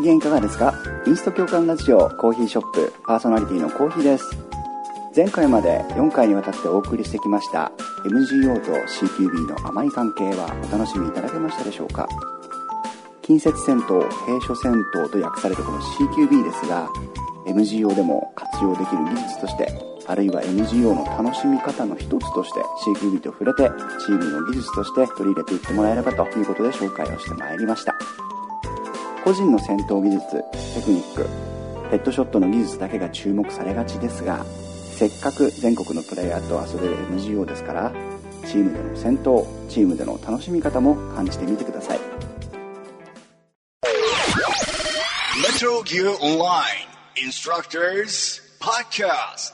機嫌いかがですか？インスト共感ラジオコーヒーショップパーソナリティのコーヒーです。前回まで4回にわたってお送りしてきました MGO と CQB の甘い関係はお楽しみいただけましたでしょうか？近接戦闘、閉所戦闘と訳されるこの CQB ですが、 MGO でも活用できる技術として、あるいは MGO の楽しみ方の一つとして CQB と触れてチームの技術として取り入れていってもらえればということで紹介をしてまいりました。個人の戦闘技術、テクニック、ヘッドショットの技術だけが注目されがちですが、せっかく全国のプレイヤーと遊べる MGO ですから、チームでの戦闘、チームでの楽しみ方も感じてみてください。 Metro Gear Online Instructors Podcast。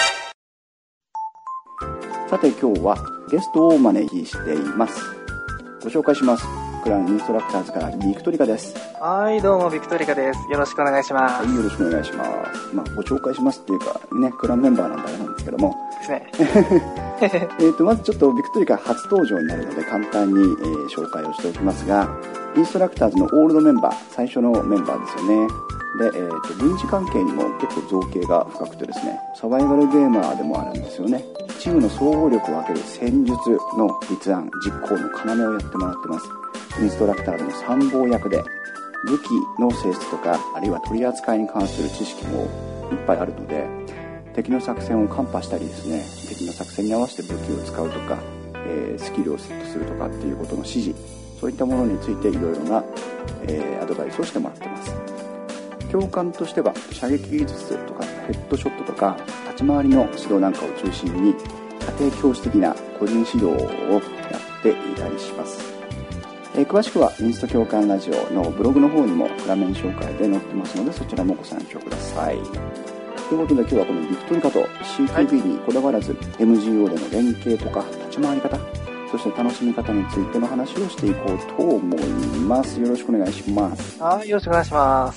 さて今日はゲストをお招きしています。ご紹介します。クラウンインストラクターズからビクトリカです。 はい、どうもビクトリカです。よろしくお願いします。 はい、よろしくお願いします。ご紹介しますっていうかね、クラウンメンバーなんであれなんですけどもですね。 まずちょっとビクトリカ初登場になるので簡単に、紹介をしておきますが、インストラクターズのオールドメンバー、最初のメンバーですよね。で、軍事関係にも結構造形が深くてですね、サバイバルゲーマーでもあるんですよね。チームの総合力を分ける戦術の立案、実行の要をやってもらってます。インストラクターズの参謀役で、武器の性質とか、あるいは取り扱いに関する知識もいっぱいあるので、敵の作戦を看破したりですね、敵の作戦に合わせて武器を使うとか、スキルをセットするとかっていうことの指示、そういったものについていろいろな、アドバイスをしてもらってます。教官としては射撃技術とかヘッドショットとか立ち回りの指導なんかを中心に家庭教師的な個人指導をやっていたりします。詳しくはインスト共感ラジオのブログの方にも裏面紹介で載ってますので、そちらもご参照ください。ということで今日はこのビクトリカと CQB にこだわらず、MGO での連携とか立ち回り方、そして楽しみ方についての話をしていこうと思います。よろしくお願いします。 はい、よろしくお願いします。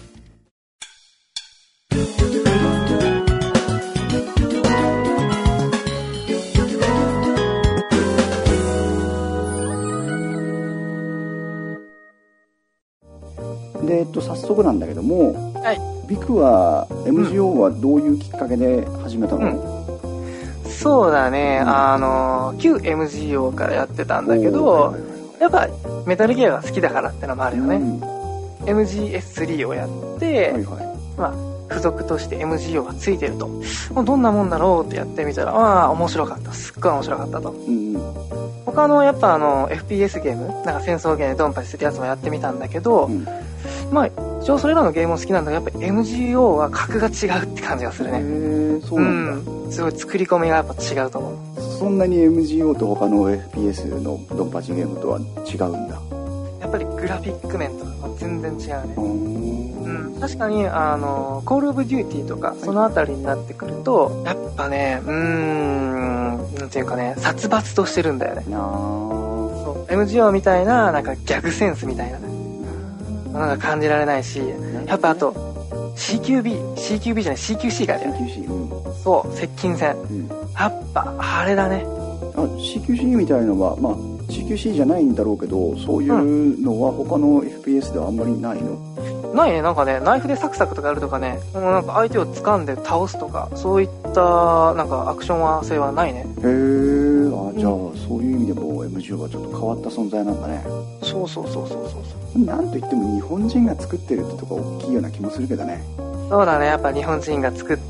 で、早速なんだけども、 はい、 ビクは MGO はどういうきっかけで始めたの？ そうだね、旧 MGO からやってたんだけど、やっぱメタルギアが好きだからってのもあるよね。MGS3 をやって、付属として MGO がついてると、どんなもんだろうってやってみたら、面白かった。すっごい面白かったと。他のやっぱFPS ゲーム、なんか戦争ゲームでドンパチするやつもやってみたんだけど、一応それらのゲームも好きなんだけど、やっぱ MGO は格が違うって感じがするね。 そうなんだ。 すごい作り込みがやっぱ違うと思う。 そんなに MGO と他の FPS のドンパチゲームとは違うんだ。 やっぱりグラフィック面とかも全然違うね。確かにコールオブデューティーとかそのあたりになってくると、やっぱね、なんていうかね、殺伐としてるんだよね。そう MGO みたいななんかギャグセンスみたいなね、なんか感じられないし、やっぱあと CQB じゃない CQC がね、そう接近戦、やっぱあれだね。 CQC みたいのはCQC じゃないんだろうけど、そういうのは他の FPS ではあんまりないの？ ないね。なんかね、ナイフでサクサクとかやるとかね、なんか相手を掴んで倒すとか、そういったなんかアクション性はないね。 じゃあそういう意味でも MGO はちょっと変わった存在なんだね。そうなんといっても日本人が作ってるってとこ大きいような気もするけどね。 そうだね、やっぱ日本人が作って、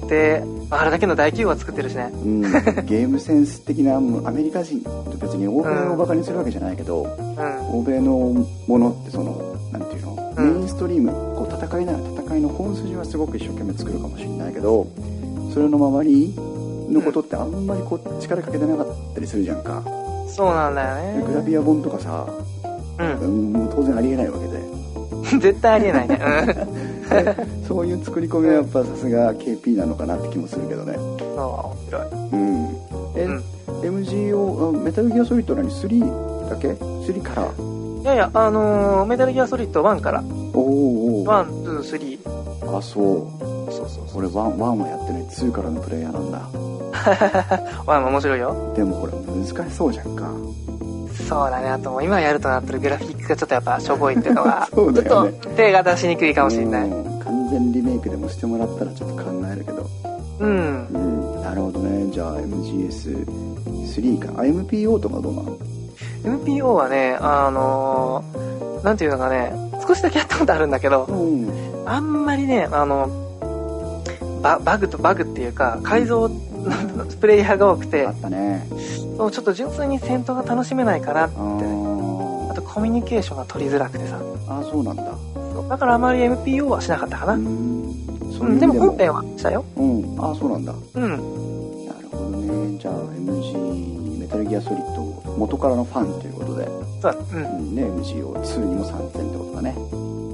あれだけの大企業が作ってるしね。 ゲームセンス的なアメリカ人、別に欧米をバカにするわけじゃないけど、欧米のものってなんていうの、メインストリーム、戦いなら戦いの本筋はすごく一生懸命作るかもしれないけど、それの周りのことってあんまり力かけてなかったりするじゃんか。 そうなんだよね。 グラビア本とかさ、もう当然ありえないわけで。 絶対ありえないね。 そういう作り込みはやっぱさすが KP なのかなって気もするけどね。 面白い。 MGO メタルギアソリッド何3だけ ?3 から？ いやいや、メタルギアソリッド1から。1、2、3。 そう俺1はやってない。2からのプレイヤーなんだ。 1も面白いよ。 でもこれ難しそうじゃんか。 そうだね。あと今やるとなってるグラフィックがちょっとやっぱしょぼいっていうのが、 そうだよね、 ちょっと手が出しにくいかもしれない。 完全リメイクでもしてもらったらちょっと考えるけど。なるほどね。じゃあ MGS3 か。MPO とかどうなの？ MPO はね、なんていうのかね、少しだけやったことあるんだけど、あんまりね、バグっていうか、改造プレイヤーが多くて、 あったね。 そうちょっと純粋に戦闘が楽しめないかなって、あとコミュニケーションが取りづらくてさ。 あ、そうなんだ。 だからあまり MPO はしなかったかな。でも本編はしたよ。 あ、そうなんだ。 なるほどね。じゃあ MG メタルギアソリッド元からのファンということで、 そうだ。 ね、MGO2 にも参戦ってことだね。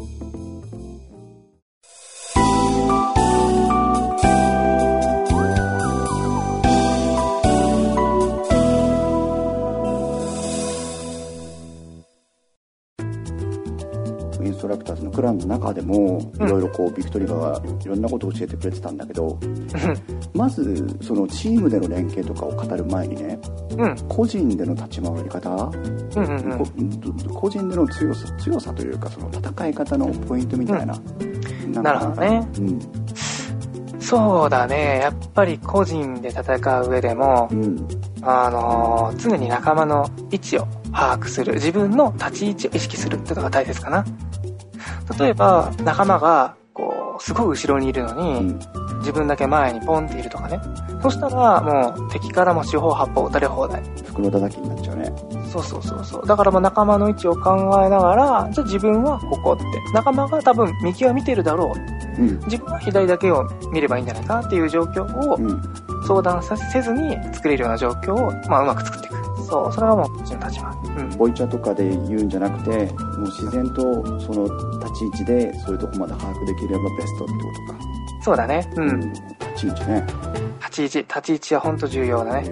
インストラクターズのクランの中でもいろいろこうビクトリバがいろんなことを教えてくれてたんだけど、まずそのチームでの連携とかを語る前にね、個人での立ち回り方、個人での強さというか、その戦い方のポイントみたいな、 なるほどね。そうだね。やっぱり個人で戦う上でも、常に仲間の位置を把握する、自分の立ち位置を意識するっていうのが大切かな。例えば仲間がこうすごい後ろにいるのに、自分だけ前にポンっているとかね。そしたらもう敵からも四方八方撃たれ放題。 袋叩きになっちゃうね。 そう。だからもう仲間の位置を考えながら、じゃあ自分はここって。仲間が多分右は見てるだろう。自分は左だけを見ればいいんじゃないかっていう状況を相談せずに作れるような状況を、うまく作っていく。そう、それがもうこっちの立場。 ボイチャとかで言うんじゃなくて、もう自然とその立ち位置でそういうとこまで把握できればベストってことか。 そうだね。 立ち位置ね。 立ち位置は本当重要だね。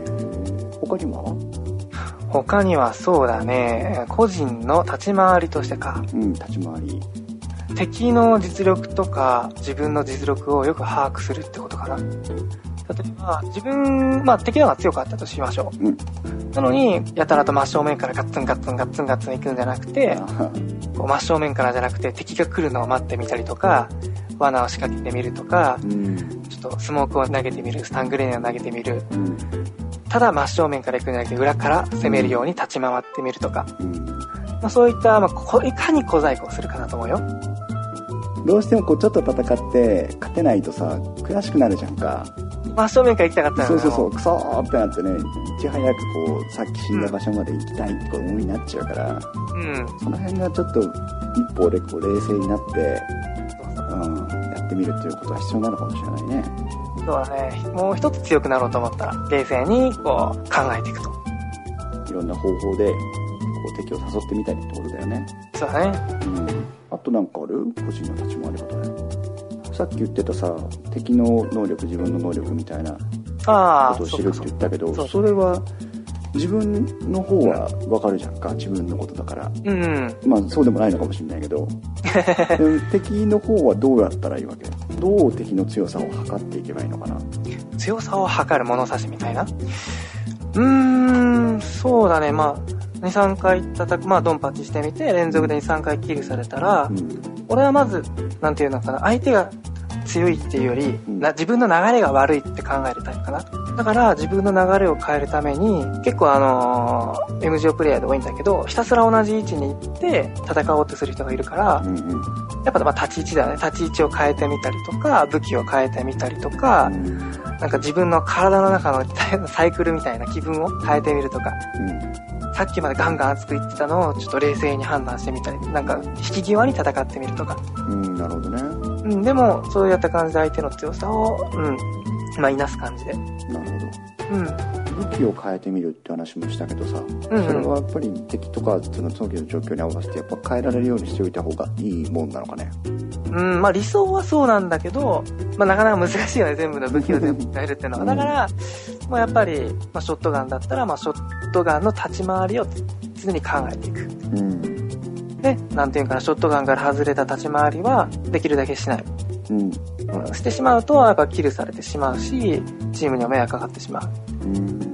他にはそうだね。個人の立ち回りとしてか。 立ち回り。 敵の実力とか自分の実力をよく把握するってことかな。例えば自分、敵の方が強かったとしましょう。なのにやたらと真正面からガッツン行くんじゃなくて、こう真正面からじゃなくて敵が来るのを待ってみたりとか、罠を仕掛けてみるとか、ちょっとスモークを投げてみる、スタングレーネを投げてみる。ただ真正面から行くんじゃなくて裏から攻めるように立ち回ってみるとか。そういった、いかに小細工をするかなと思うよ。 どうしてもこうちょっと戦って勝てないとさ、悔しくなるじゃんか。 真正面から行きたかったのよ。 そう、クソーってなってね、いち早くこう、さっき死んだ場所まで行きたいって思いになっちゃうから、その辺がちょっと一歩でこう冷静になって、やってみるっていうことは必要なのかもしれないね。 そうだね。もう一つ強くなろうと思ったら、冷静にこう考えていくと。 いろんな方法でこう敵を誘ってみたりってことだよね。 そうだね。 あとなんかある？個人の立ち回り方ね。さっき言ってたさ、敵の能力、自分の能力みたいなことを知るって言ったけど、それは自分の方は分かるじゃんか、自分のことだから。そうでもないのかもしれないけど、敵の方はどうやったらいいわけ？どう敵の強さを測っていけばいいのかな？ 強さを測る物差しみたいな？そうだね。2、3回叩く、ドンパチしてみて、連続で2、3回キルされたら、俺はまず、なんていうのかな、相手が強いっていうより、自分の流れが悪いって考えるタイプかな。だから自分の流れを変えるために、結構MGO プレイヤーで多いんだけど、ひたすら同じ位置に行って戦おうとする人がいるから、やっぱ立ち位置だよね。立ち位置を変えてみたりとか、武器を変えてみたりとか、なんか自分の体の中のサイクルみたいな気分を変えてみるとか、さっきまでガンガン熱く言ってたのをちょっと冷静に判断してみたり、なんか引き際に戦ってみるとか。 なるほどね。 でもそうやった感じで相手の強さを、いなす感じで。 なるほど。武器を変えてみるって話もしたけどさ、それはやっぱり敵とかその時の状況に合わせてやっぱ変えられるようにしておいた方がいいもんなのかね。 理想はそうなんだけど、なかなか難しいよね、全部の武器を全部変えるっていうのは。だから、やっぱり、ショットガンだったら、ショットガンの立ち回りを常に考えていく。で、なんていうかな、ショットガンから外れた立ち回りは、できるだけしない。してしまうと、やっぱキルされてしまうし、チームには迷惑かかってしまう。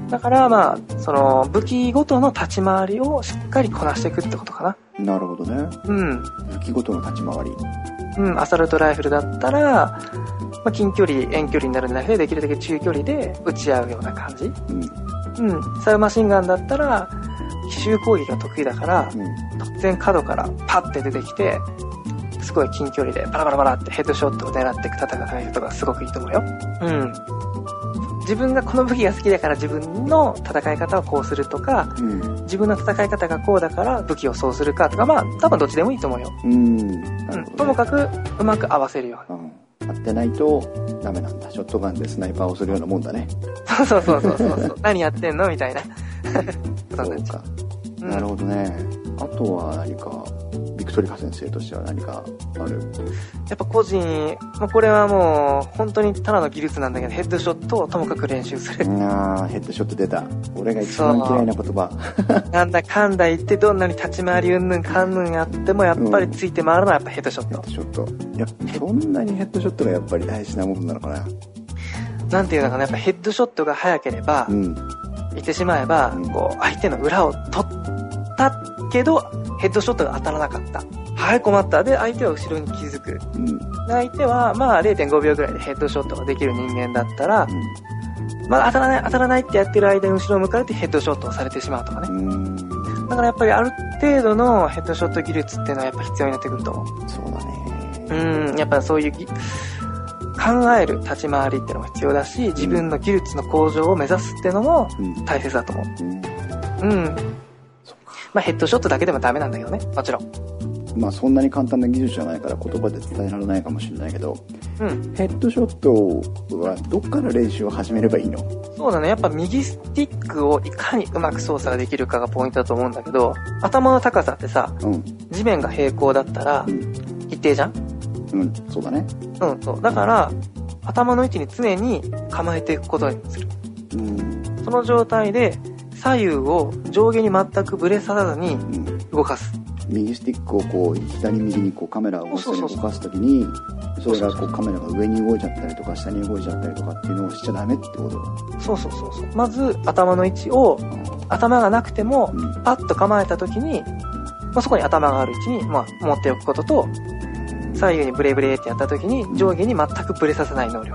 だからまあ、その武器ごとの立ち回りをしっかりこなしていくってことかな。 なるほどね。 うん。 武器ごとの立ち回り。 うん、アサルトライフルだったら、まあ、近距離、遠距離になるんじゃなくて、できるだけ中距離で撃ち合うような感じ。うん。うん。サブマシンガンだったら、奇襲攻撃が得意だから、突然角からパッて出てきて、すごい近距離でバラバラバラってヘッドショットを狙っていく戦いとかすごくいいと思うよ。うん。自分がこの武器が好きだから自分の戦い方をこうするとか、自分の戦い方がこうだから武器をそうするかとか、まあ多分どっちでもいいと思うよ。ともかくうまく合わせるように。 合ってないとダメなんだ。ショットガンでスナイパーをするようなもんだね。 そう何やってんのみたいな。 そうか。なるほどね。あとは何かビクトリカ先生としては何かある？ やっぱ個人、まあ、これはもう本当にただの技術なんだけど、ヘッドショットをともかく練習する。 ヘッドショット出た。俺が一番嫌いな言葉。 なんだかんだ言ってどんなに立ち回りうんぬんかんぬんやってもやっぱりついて回るのはやっぱヘッドショット。 ヘッドショット。いや、そんなにヘッドショットがやっぱり大事なものなのかな。 なんていうのかな、やっぱヘッドショットが早ければ、言ってしまえば、こう相手の裏を取ったけどヘッドショットが当たらなかった。はい、困った。で、相手は後ろに気づく。相手は、まあ、0.5 秒ぐらいでヘッドショットができる人間だったら、まあ、当たらないってやってる間に後ろを向かれてヘッドショットをされてしまうとかね。だからやっぱりある程度のヘッドショット技術っていうのはやっぱ必要になってくると思う。 そうだね。 やっぱそういう考える立ち回りっていうのも必要だし、自分の技術の向上を目指すっていうのも大切だと思う。まあヘッドショットだけでもダメなんだけどね、もちろん。 まあそんなに簡単な技術じゃないから言葉で伝えられないかもしれないけど、ヘッドショットはどっから練習を始めればいいの？そうだね、 やっぱ右スティックをいかにうまく操作ができるかがポイントだと思うんだけど、頭の高さってさ、地面が平行だったら一定じゃん？ そうだね。 そう。だから頭の位置に常に構えていくことにする。その状態で左右を上下に全くブレさせずに動かす。 右スティックをこう左右にこうカメラを下に動かすときに、それがこうカメラが上に動いちゃったりとか下に動いちゃったりとかっていうのをしちゃダメってことだ。 そう。まず頭の位置を、頭がなくてもパッと構えたときに、そこに頭がある位置に持っておくことと、左右にブレブレってやったときに上下に全くブレさせない能力。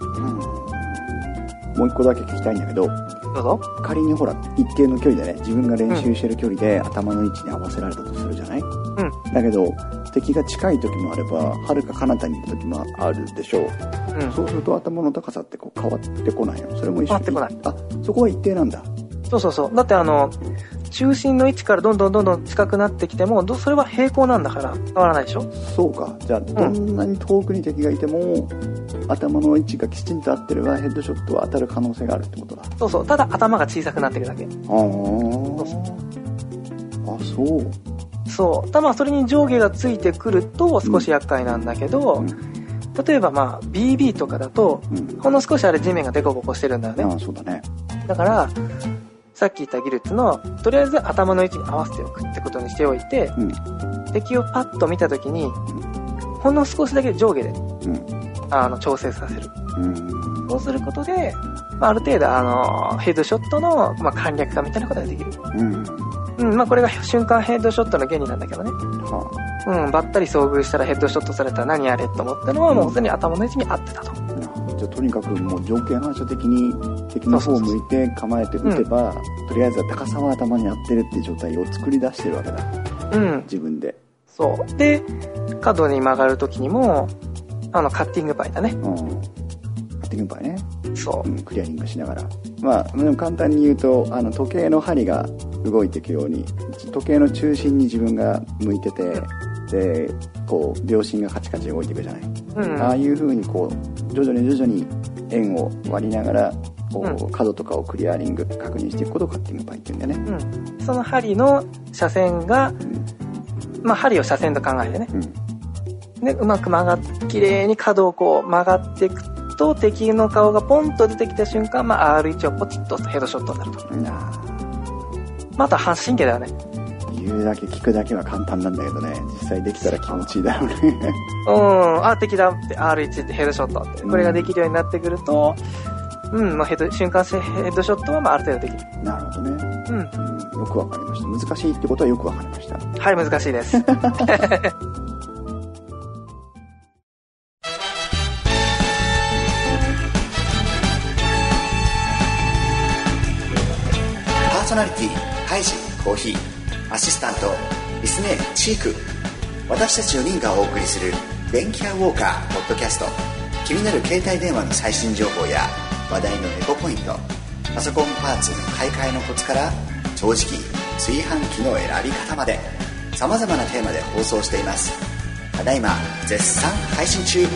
もう一個だけ聞きたいんだけど、 どうぞ。 仮にほら一定の距離でね、自分が練習してる距離で頭の位置に合わせられたとするじゃない？だけど敵が近い時もあれば遥か彼方にいる時もあるでしょう。そうすると頭の高さってこう変わってこないの？それも一緒に。 変わってこない。 そこは一定なんだ。 そう。だって中心の位置からどんどん近くなってきても、それは平行なんだから変わらないでしょ？ そうか。じゃあどんなに遠くに敵がいても、頭の位置がきちんと合ってればヘッドショットは当たる可能性があるってことだ。 そう。ただ頭が小さくなってるだけ。そう。ただまあそれに上下がついてくると少し厄介なんだけど、例えばまあ BB とかだと、ほんの少しあれ地面がデコボコしてるんだよね。 そうだね。 だからさっき言った技術のとりあえず頭の位置に合わせておくってことにしておいて、敵をパッと見た時に、ほんの少しだけ上下で、調整させる。そうすることで、ある程度ヘッドショットの、簡略化みたいなことができる。これが瞬間ヘッドショットの原理なんだけどね。ばったり遭遇したらヘッドショットされたら何やれと思ったのはもうすでに頭の位置に合ってたと。 じゃあとにかくもう条件反射的に敵の方を向いて構えて撃てば、とりあえずは高さは頭に合ってるっていう状態を作り出してるわけだ。自分で。そう。 で、角に曲がるときにも、カッティングパイだね。カッティングパイね。 そう。 クリアリングしながら。でも簡単に言うと、時計の針が動いていくように、時計の中心に自分が向いてて、で、こう、秒針がカチカチ動いていくじゃない。ああいう風にこう、徐々に円を割りながら、角とかをクリアリング確認していくことをカッティングパイっていうんだよね。 その針の斜線が、針を斜線と考えてね。で、うまく綺麗に角をこう曲がっていくと、敵の顔がポンと出てきた瞬間、R1 をポチッとヘッドショットになると。あとは半神経だよね。 言うだけ聞くだけは簡単なんだけどね、実際できたら気持ちいいだろうね。 敵だって R1 ってヘッドショットって、これができるようになってくると、 まあ瞬間ヘッドショットはまあある程度できる。 なるほどね。よくわかりました。難しいってことはよくわかりました。 はい、難しいです。 パーソナリティハイジコーヒー、アシスタントリスネーチーク、私たち4人がお送りする電気屋ウォーカーポッドキャスト。気になる携帯電話の最新情報や話題のエコポイント、パソコンパーツの買い替えのコツから掃除機、炊飯器の選び方まで様々なテーマで放送しています。ただいま絶賛配信中。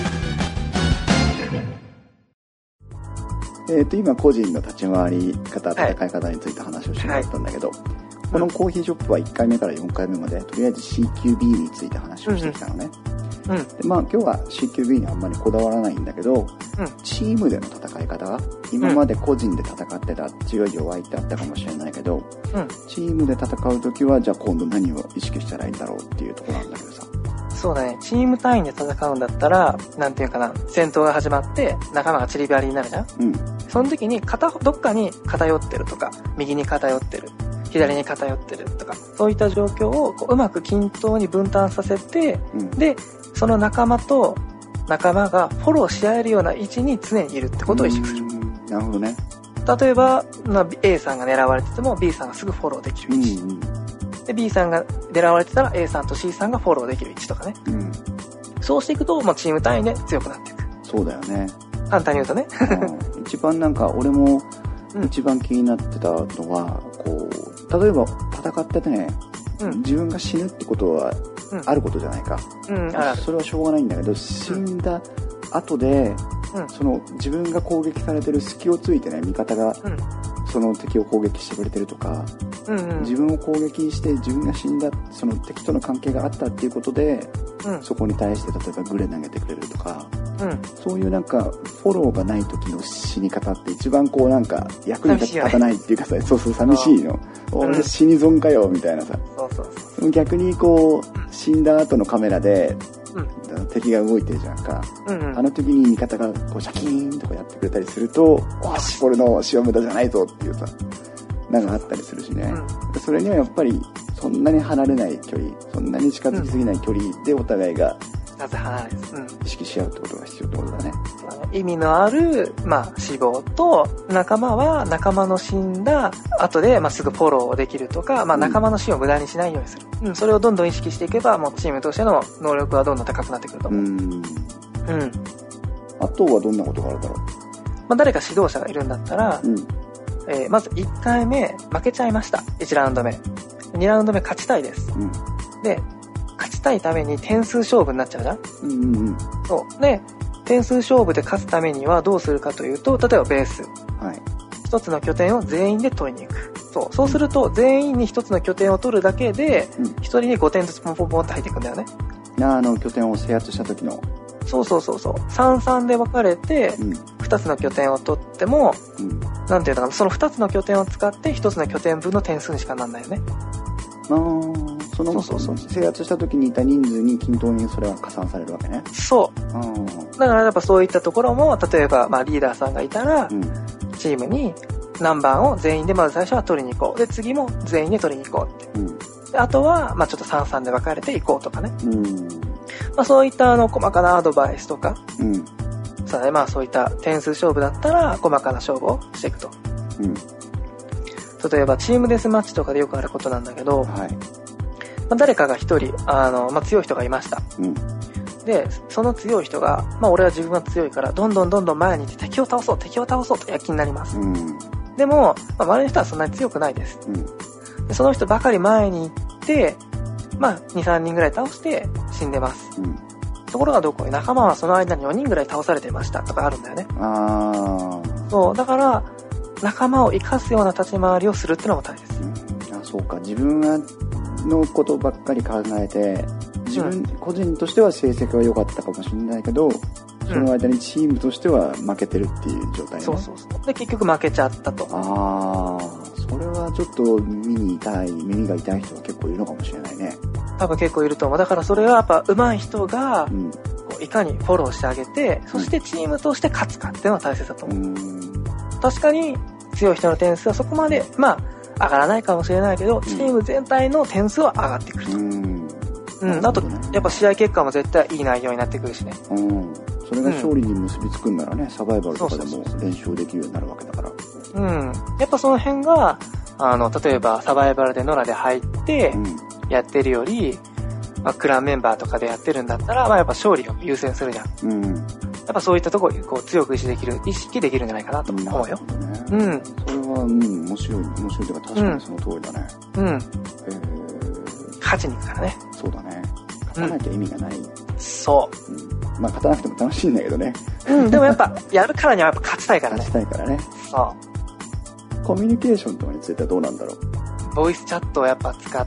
今個人の立ち回り方、戦い方について話をしてもらったんだけど、このコーヒーショップは1回目から4回目までとりあえず CQB について話をしてきたのね。でまあ今日は CQB にあんまりこだわらないんだけど、チームでの戦い方が今まで個人で戦ってた強い弱いってあったかもしれないけど、チームで戦うときはじゃあ今度何を意識したらいいんだろうっていうところなんだけどさ。 そうだね。チーム単位で戦うんだったら、なんていうかな、戦闘が始まって仲間がチリバリになるじゃん。その時にどっかに偏ってるとか、右に偏ってる、左に偏ってるとか、そういった状況をうまく均等に分担させて、でその仲間と仲間がフォローし合えるような位置に常にいるってことを意識する。 なるほどね。 例えば、A さんが狙われてても B さんがすぐフォローできる位置、で B さんが狙われてたら A さんと C さんがフォローできる位置とかね、そうしていくと、チーム単位で強くなっていく。 そうだよね。 簡単に言うとね一番なんか俺も一番気になってたのは、こう例えば戦っててね、自分が死ぬってことはあることじゃないか、それはしょうがないんだけど、死んだ後で、その自分が攻撃されてる隙をついてね、味方がその敵を攻撃してくれてるとか、自分を攻撃して自分が死んだ、その敵との関係があったっていうことで、そこに対して例えばグレ投げてくれるとか、そういうなんかフォローがない時の死に方って一番こうなんか役に立たないっていうかさ、そう寂しいの。俺死に損かよみたいなさ。逆にこう死んだ後のカメラで、敵が動いてるじゃんか、あの時に味方がこうシャキーンとかやってくれたりすると、わしこれの死は無駄じゃないぞっていうさ、なんかあったりするしね、それにはやっぱりそんなに離れない距離、そんなに近づきすぎない距離でお互いが意識し合うってことが必要ってことだね。 意味のある、死亡と、仲間は仲間の死んだ後で、すぐフォローできるとか、仲間の死を無駄にしないようにする、それをどんどん意識していけば、もうチームとしての能力はどんどん高くなってくると思う。 あとはどんなことがあるだろう。誰か指導者がいるんだったら、まず1回目負けちゃいました。1ラウンド目。2ラウンド目勝ちたいです。で、勝ちたいために点数勝負になっちゃうじゃん。そう。で、点数勝負で勝つためにはどうするかというと、例えばベース。一つの拠点を全員で取りに行く。そうすると、全員に一つの拠点を取るだけで、一人に5点ずつポンポンポンって入っていくんだよね。 拠点を制圧した時の。 そう。3-3で分かれて、2つの拠点を取っても、なんていうのかな、その2つの拠点を使って1つの拠点分の点数にしかなんないよね。 制圧した時にいた人数に均等にそれは加算されるわけね。 だからやっぱそういったところも、例えばリーダーさんがいたら、チームに何番を全員でまず最初は取りに行こう。で、次も全員で取りに行こうって。であとは、ちょっと3-3で分かれて行こうとかね。そういった細かなアドバイスとか、そういった点数勝負だったら細かな勝負をしていくと。例えばチームデスマッチとかでよくあることなんだけど、誰かが一人強い人がいました。で、その強い人が、俺は自分が強いからどんどん前に行って敵を倒そうと躍起になります。でも、周りの人はそんなに強くないです。でその人ばかり前に行って、2,3 人ぐらい倒して死んでます。ところが仲間はその間に4人ぐらい倒されてましたとかあるんだよね。そう、だから仲間を生かすような立ち回りをするっていうのも大切。 そうか、自分のことばっかり考えて、自分個人としては成績は良かったかもしれないけど、その間にチームとしては負けてるっていう状態ね。 で結局負けちゃったと。 それはちょっと耳が痛い人は結構いるのかもしれないね。 多分結構いると思う。だからそれはやっぱ上手い人が、いかにフォローしてあげて、そしてチームとして勝つかっていうのが大切だと思う。 確かに強い人の点数はそこまで、まあ、上がらないかもしれないけど、チーム全体の点数は上がってくると。あと、やっぱ試合結果も絶対いい内容になってくるしね。 それが勝利に結びつくんならね、サバイバルとかでも練習できるようになるわけだから。 やっぱその辺が、例えばサバイバルでノラで入って、やってるより、まあ、クランメンバーとかでやってるんだったら、まあやっぱ勝利を優先するじゃん。やっぱそういったところにこう強く意識できるんじゃないかなと思うよ。 それは、面白いというか確かにその通りだね。 勝ちに行くからね。 そうだね。勝たなきゃ意味がない。 そう。 まあ勝たなくても楽しいんだけどね。 でもやっぱ、やるからにはやっぱ勝ちたいからね。 勝ちたいからね。 そう。 コミュニケーションとかについてはどうなんだろう。 ボイスチャットをやっぱ使って、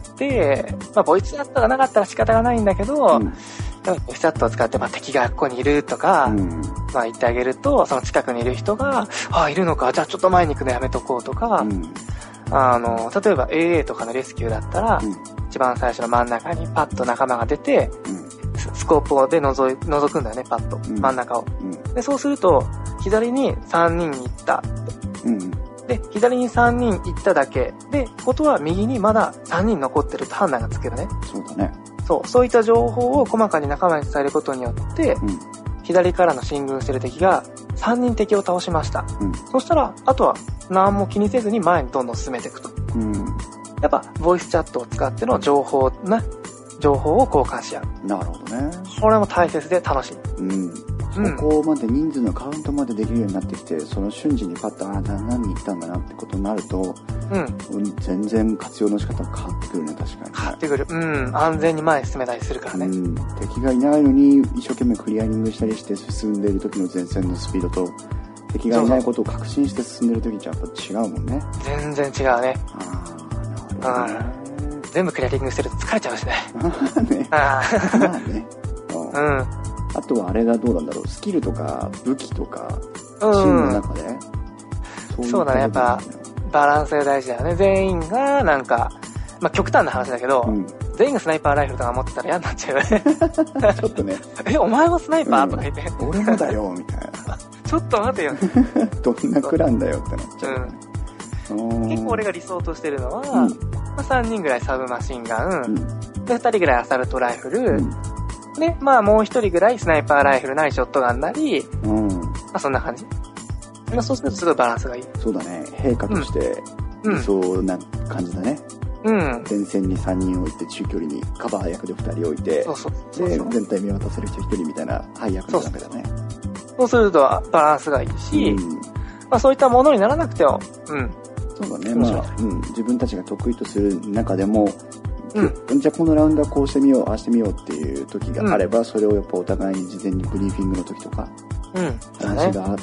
まあボイスチャットがなかったら仕方がないんだけど、ボイスチャットを使って、まあ敵がここにいるとか、まあ言ってあげると、その近くにいる人が、いるのか、じゃあちょっと前に行くのやめとこうとか、例えば AA とかのレスキューだったら、一番最初の真ん中にパッと仲間が出て、スコープで覗くんだよね、パッと。真ん中を。で、そうすると、左に3人行った。で、左に3人行っただけ。で、ことは右にまだ3人残ってると判断がつけるね。 そうだね。 そういった情報を細かに仲間に伝えることによって、左からの進軍してる敵が3人敵を倒しました。そしたら、あとは何も気にせずに前にどんどん進めていくと。やっぱ、ボイスチャットを使っての情報を交換し合う。 なるほどね。 これも大切で楽しい。 そこまで人数のカウントまでできるようになってきて、その瞬時にパッと、何人いたんだなってことになると、全然活用の仕方も変わってくるね、確かに。 変わってくる。安全に前に進めたりするからね。 敵がいないのに一生懸命クリアリングしたりして進んでいる時の前線のスピードと、敵がいないことを確信して進んでる時じゃやっぱ違うもんね。 全然違うね。 なるほどね。 全部クリアリングしてると疲れちゃうしね。 まあね。あとはあれがどうなんだろう、スキルとか武器とか、チームの中でそうだね、やっぱバランスが大事だよね。全員がなんか、まあ極端な話だけど、全員がスナイパーライフルとか持ってたら嫌になっちゃうよね。 ちょっとね。 お前もスナイパーとか言って。 俺もだよ、みたいな。 ちょっと待てよ。 どんなクランだよってなっちゃう。 結構俺が理想としてるのは、3人ぐらいサブマシンガン、で2人ぐらいアサルトライフル、で、まあもう1人ぐらいスナイパーライフルなりショットガンなり、まあそんな感じ。そうするとすごいバランスがいい。 そうだね。陛下として理想な感じだね。前線に3人置いて、中距離にカバー役で2人置いて、で、全体見渡せる人1人みたいな配役なわけだね。 そうするとバランスがいいし、まあそういったものにならなくても、 そうだね。まあ、自分たちが得意とする中でも、じゃあこのラウンドはこうしてみよう、ああしてみようっていう時があれば、それをやっぱお互いに事前にブリーフィングの時とか、話があって、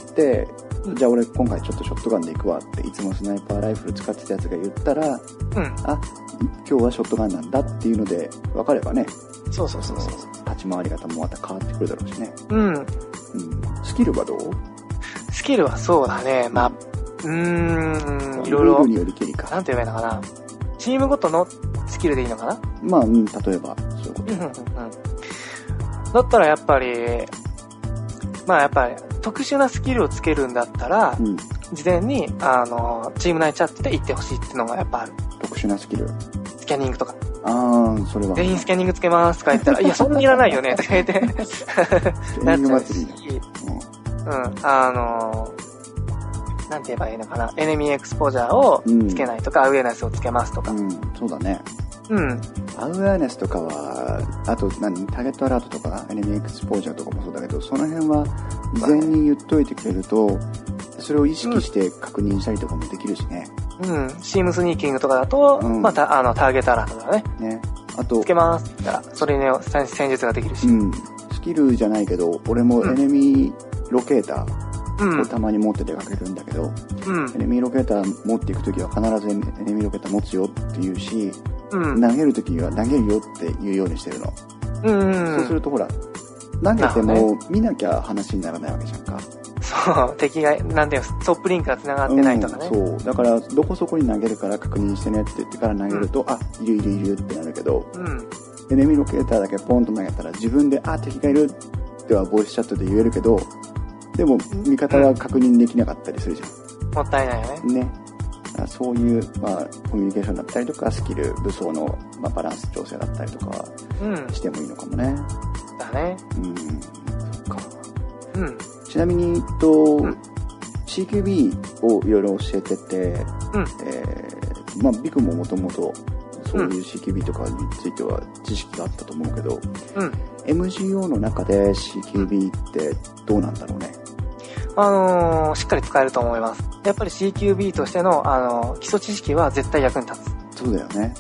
じゃあ俺今回ちょっとショットガンで行くわって、いつもスナイパーライフル使ってたやつが言ったら、あ、今日はショットガンなんだっていうので分かればね、 そう。 立ち回り方もまた変わってくるだろうしね。スキルはどう？ スキルはそうだね。まあ、いろいろ。 ルールによりけりか。 なんて言えばいいのかな。チームごとのスキルでいいのかな？ まあ、例えば、そういうこと。 だったらやっぱり、特殊なスキルをつけるんだったら、事前に、チーム内チャットで言ってほしいっていうのがやっぱある。 特殊なスキル？ スキャニングとか。 それは。 全員スキャニングつけますとか言ったら、いや、そんなにいらないよね、とか言って。 スキャニング祭りなんて言えばいいのかな。エネミーエクスポジャーをつけないとか、アウェアネスをつけますとか。 そうだね。アウェアネスとかは、あとターゲットアラートとか、エネミーエクスポージャーとかもそうだけど、その辺は事前に言っといてくれると、それを意識して確認したりとかもできるしね。 シームスニーキングとかだと、また、ターゲットアラートだね。あと、つけますって言ったら、それに戦術ができるし。 スキルじゃないけど、俺もエネミーロケーター、をたまに持って出かけるんだけど、エネミーロケーター持っていくときは必ずエネミーロケーター持つよって言うし、投げるときには投げるよって言うようにしてるの。そうするとほら、投げても見なきゃ話にならないわけじゃんか。 そう、敵が、なんていうの、トップリンクが繋がってないとかね。 そう。だから、どこそこに投げるから確認してねって言ってから投げると、いるってなるけど、エネミーロケーターだけポンと投げたら自分で、敵がいるってはボイスチャットで言えるけど、でも、味方は確認できなかったりするじゃん。 もったいないよね。 ね。そういう、まあ、コミュニケーションだったりとか、スキル、武装の、まあ、バランス調整だったりとかは、してもいいのかもね。 だね。 そっか。 うん。 ちなみに、CQB をいろいろ教えてて、まあ、ビクももともと、そういう CQB とかについては知識があったと思うけど、MGO の中で CQB ってどうなんだろうね。 しっかり使えると思います。やっぱり CQB としての、基礎知識は絶対役に立つ。 そうだよね。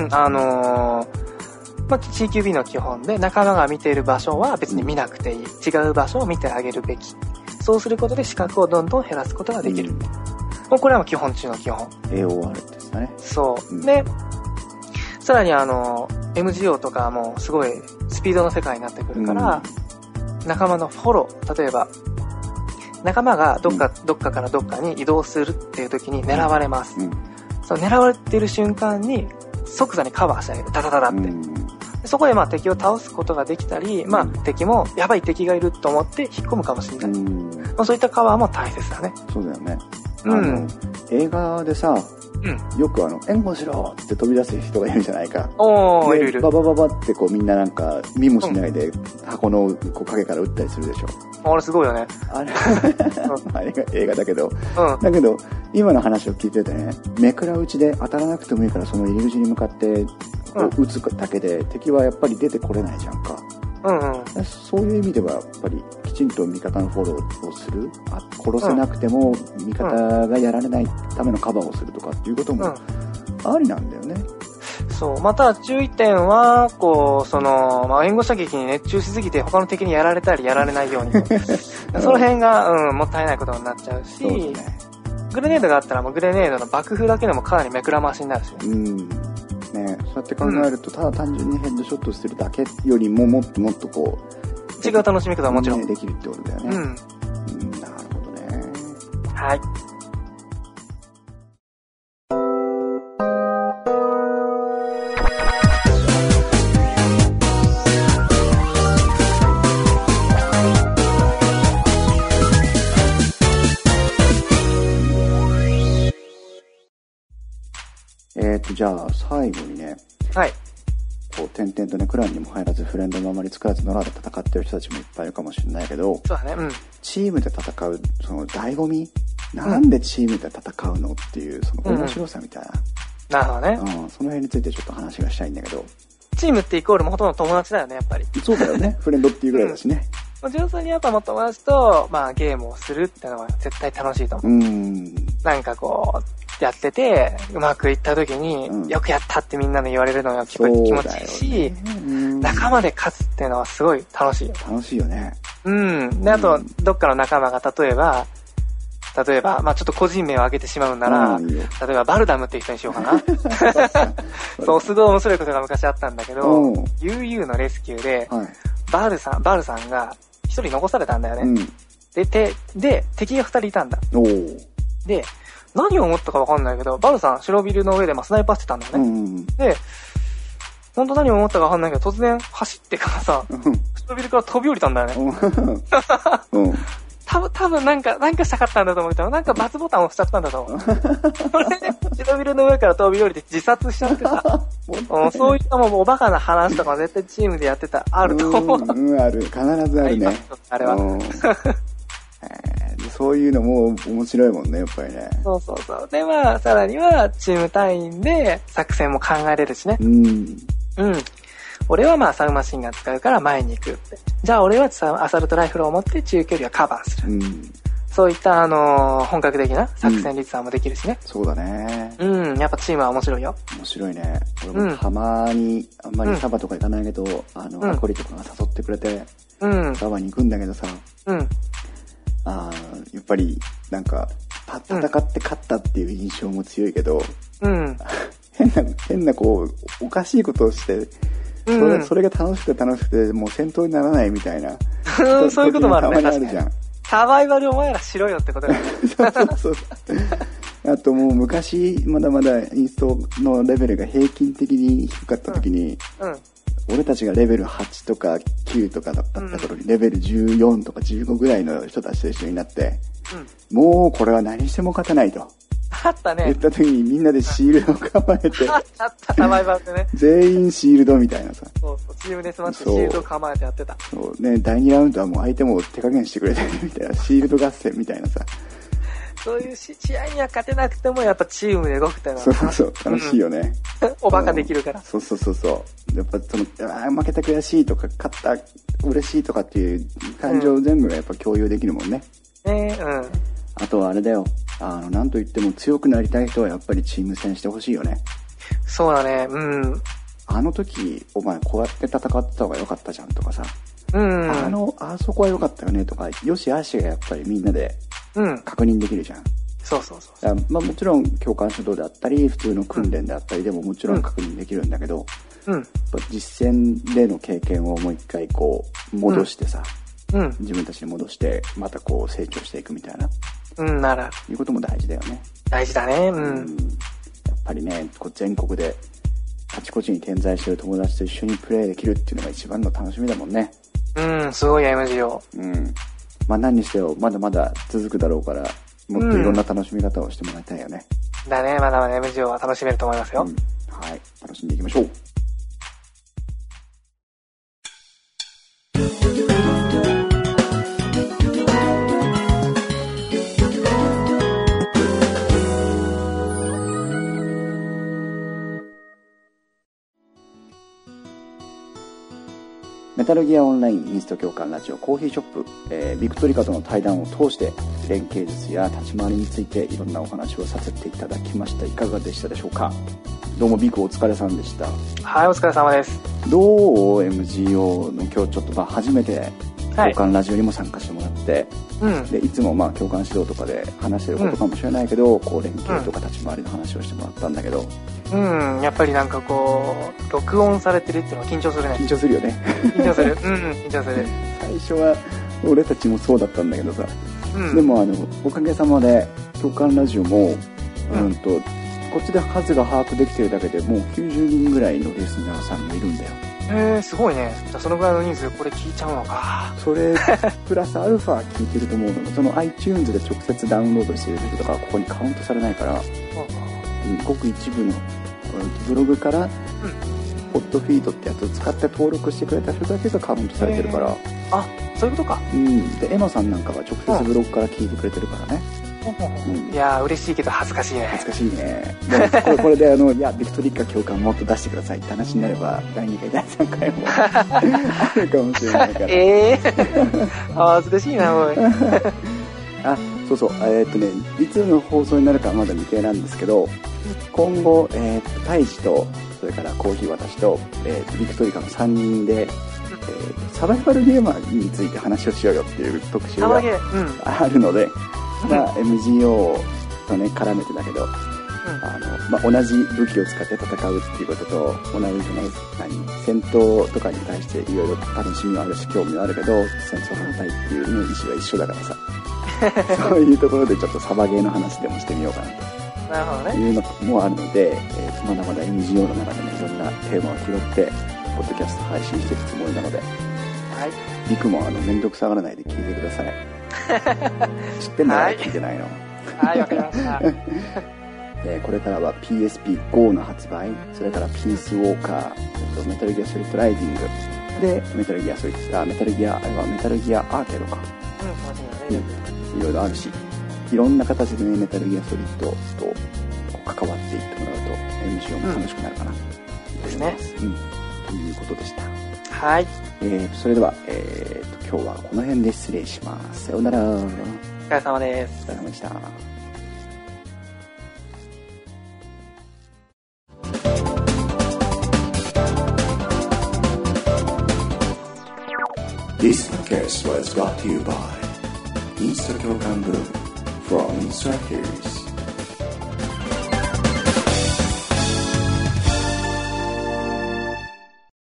まあ、CQB の基本で仲間が見ている場所は別に見なくていい。違う場所を見てあげるべき。そうすることで視覚をどんどん減らすことができる。もうこれはもう基本中の基本。 AOR ですね。 そう。で、さらにMGO とかもすごいスピードの世界になってくるから、仲間のフォロー、例えば、仲間がどっかからどっかに移動するっていう時に狙われます。その狙われている瞬間に即座にカバーしてあげる。ダダダダって。そこでまあ敵を倒すことができたり、まあ敵もやばい敵がいると思って引っ込むかもしれない。まあ、そういったカバーも大切だね。 そうだよね。映画でさ、よく援護しろって飛び出す人がいるじゃないか。 いるいる。 ババババってこうみんななんか見もしないで箱のこう影から撃ったりするでしょ。 あれすごいよね。 あれが映画だけど、だけど今の話を聞いててね、目くら打ちで当たらなくてもいいからその入り口に向かってこう撃つだけで敵はやっぱり出てこれないじゃんか。そういう意味ではやっぱりきちんと味方のフォローをする、殺せなくても味方がやられないためのカバーをするとかっていうこともありなんだよね。 そう。また注意点は、こう、まあ、援護射撃に熱中しすぎて他の敵にやられたりやられないように。その辺が、もったいないことになっちゃうし、グレネードがあったらもうグレネードの爆風だけでもかなり目くらましになるし。 ね、そうやって考えると、ただ単純にヘッドショットするだけよりももっともっとこう違う楽しみ方はもちろん、 できるってことだよね。なるほどね。 はい。 じゃあ最後にね、こう点々とね、クランにも入らずフレンドもあまり作らず野良で戦ってる人たちもいっぱいいるかもしれないけど、 そうだね。 チームで戦うその醍醐味、なんでチームで戦うのっていうその面白さみたいな。なるほどね。 その辺についてちょっと話がしたいんだけど。 チームってイコールもほとんど友達だよね、やっぱり。 そうだよね。フレンドっていうぐらいだしね。 純粋にやっぱもう友達と、まあゲームをするってのは絶対楽しいと思う。なんかこう、やってて、うまくいった時に、よくやったってみんなに言われるのが気持ちいいし、仲間で勝つっていうのはすごい楽しいよ。 楽しいよね。 で、あと、どっかの仲間が例えば、まあちょっと個人名を挙げてしまうなら、例えばバルダムっていう人にしようかな。そう、すごい面白いことが昔あったんだけど、UU のレスキューで、バルさんが一人残されたんだよね。で、敵が二人いたんだ。で、何を思ったかわかんないけど、バルさん、白ビルの上でスナイパーしてたんだよね。で、本当何を思ったかわかんないけど、突然走ってからさ、白ビルから飛び降りたんだよね。多分なんかしたかったんだと思うけど、なんか×ボタンを押しちゃったんだと思う。それで、白ビルの上から飛び降りて自殺しちゃってさ、そういったもうおバカな話とか絶対チームでやってたあると思う。 ある。必ずあるね。 あれは。 そういうのも面白いもんね、やっぱりね。 そうそうそう。で、まあ、さらには、チーム単位で作戦も考えれるしね。俺はまあ、サウマシンガン使うから前に行くって。じゃあ俺はアサルトライフルを持って中距離はカバーする。そういった本格的な作戦立案もできるしね。 そうだね。 やっぱチームは面白いよ。 面白いね。俺もたまに、あんまりサバとか行かないけど、アコリとかが誘ってくれて、サバに行くんだけどさ、やっぱり、なんか、戦って勝ったっていう印象も強いけど、変なこう、おかしいことをして、それが楽しくて、もう戦闘にならないみたいな。 そういうこともあるね。 たまにあるじゃん。 サバイバルお前らしろよってことだよね。 そう。あともう昔、まだまだインストのレベルが平均的に低かった時に、俺たちがレベル8とか9とかだった頃にレベル14とか15ぐらいの人たちと一緒になって、 もうこれは何しても勝てないと。 あったね。 言った時にみんなでシールドを構えて。 あったサバイバルでね。 全員シールドみたいなさ。 そうそう、チームで集まってシールドを構えてやってた。 そうね、第2ラウンドはもう相手も手加減してくれてるみたいな、シールド合戦みたいなさ。 そういう試合には勝てなくてもやっぱチームで動くっていうのはそう楽しいよね。 おバカできるから。 そう。やっぱその負けた悔しいとか勝った嬉しいとかっていう感情全部がやっぱ共有できるもんね。あとはあれだよ。なんと言っても強くなりたい人はやっぱりチーム戦してほしいよね。 そうだね。 あの時お前こうやって戦ってた方が良かったじゃんとかさ。あそこは良かったよねとか、よしあしがやっぱりみんなで確認できるじゃん。 そう。 まあもちろん教官指導であったり、普通の訓練であったりでももちろん確認できるんだけど、実戦での経験をもう一回こう戻してさ、自分たちに戻してまたこう成長していくみたいな。 なら。 いうことも大事だよね。 大事だね。やっぱりね、こう全国であちこちに点在してる友達と一緒にプレーできるっていうのが一番の楽しみだもんね。 すごい MGO。 まあ何にしてもまだまだ続くだろうから、もっといろんな楽しみ方をしてもらいたいよね。 だね、まだまだ MGO は楽しめると思いますよ。 はい、楽しんでいきましょう。メタルギアオンラインインスト教官ラジオコーヒーショップ、ビクトリカとの対談を通して連携術や立ち回りについていろんなお話をさせていただきました。いかがでしたでしょうか。どうもビクお疲れさんでした。 はい、お疲れ様です。 どう MGO の今日ちょっと初めて教官ラジオにも参加してもらって、でいつも教官指導とかで話してることかもしれないけど、こう連携とか立ち回りの話をしてもらったんだけど、 やっぱりなんかこう録音されてるっていうのは緊張するね。 緊張するよね。 緊張する。緊張する。 最初は俺たちもそうだったんだけどさ、でもおかげさまで教官ラジオもこっちで数が把握できてるだけでもう90人ぐらいのリスナーさんがいるんだよ。 すごいね。じゃあそのぐらいの人数これ聞いちゃうのか。 それプラスアルファ聞いてると思うのが、その iTunes で直接ダウンロードしてる人とかはここにカウントされないから、ごく一部のブログから、ポッドフィードってやつを使って登録してくれた人だけがカウントされてるから。 そういうことか。 でエマさんなんかは直接ブログから聞いてくれてるからね。 いやー嬉しいけど恥ずかしいね。 恥ずかしいね。でこれでいやビクトリカ教官もっと出してくださいって話になれば第2回第3回もあるかもしれないから。 恥ずかしいなおい。 そういつの放送になるかはまだ未定なんですけど、今後タイジとそれからコーヒー私とビクトリカの3人でサバイバルゲーマーについて話をしようよっていう特集があるので、MGO とね絡めてだけど、同じ武器を使って戦うっていうことと同じ戦闘とかに対していろいろ楽しみはあるし興味はあるけど、戦争反対っていう意思は一緒だからさそういうところでちょっとサバゲーの話でもしてみようかなと。 なるほどね。 いうのもあるので、まだまだ MGO の中でねいろんなテーマを拾ってポッドキャスト配信していくつもりなので、リクもめんどくさがらないで聞いてください。知ってんだよ、聞いてないの。 はい、わかりました。 これからは PSP-GO の発売、それからピースウォーカー、メタルギアソリッドライジングでメタルギアアーケードか。いろいろあるし、いろんな形でねメタルギアソリッドと関わっていってもらうと MGO も楽しくなるかな、 ですね。 ということでした。 はい。 それでは今日はこの辺で失礼します。さようなら。お疲れ様です。 お疲れ様でした。This podcast was brought to you by インスト教官ブログ from instructors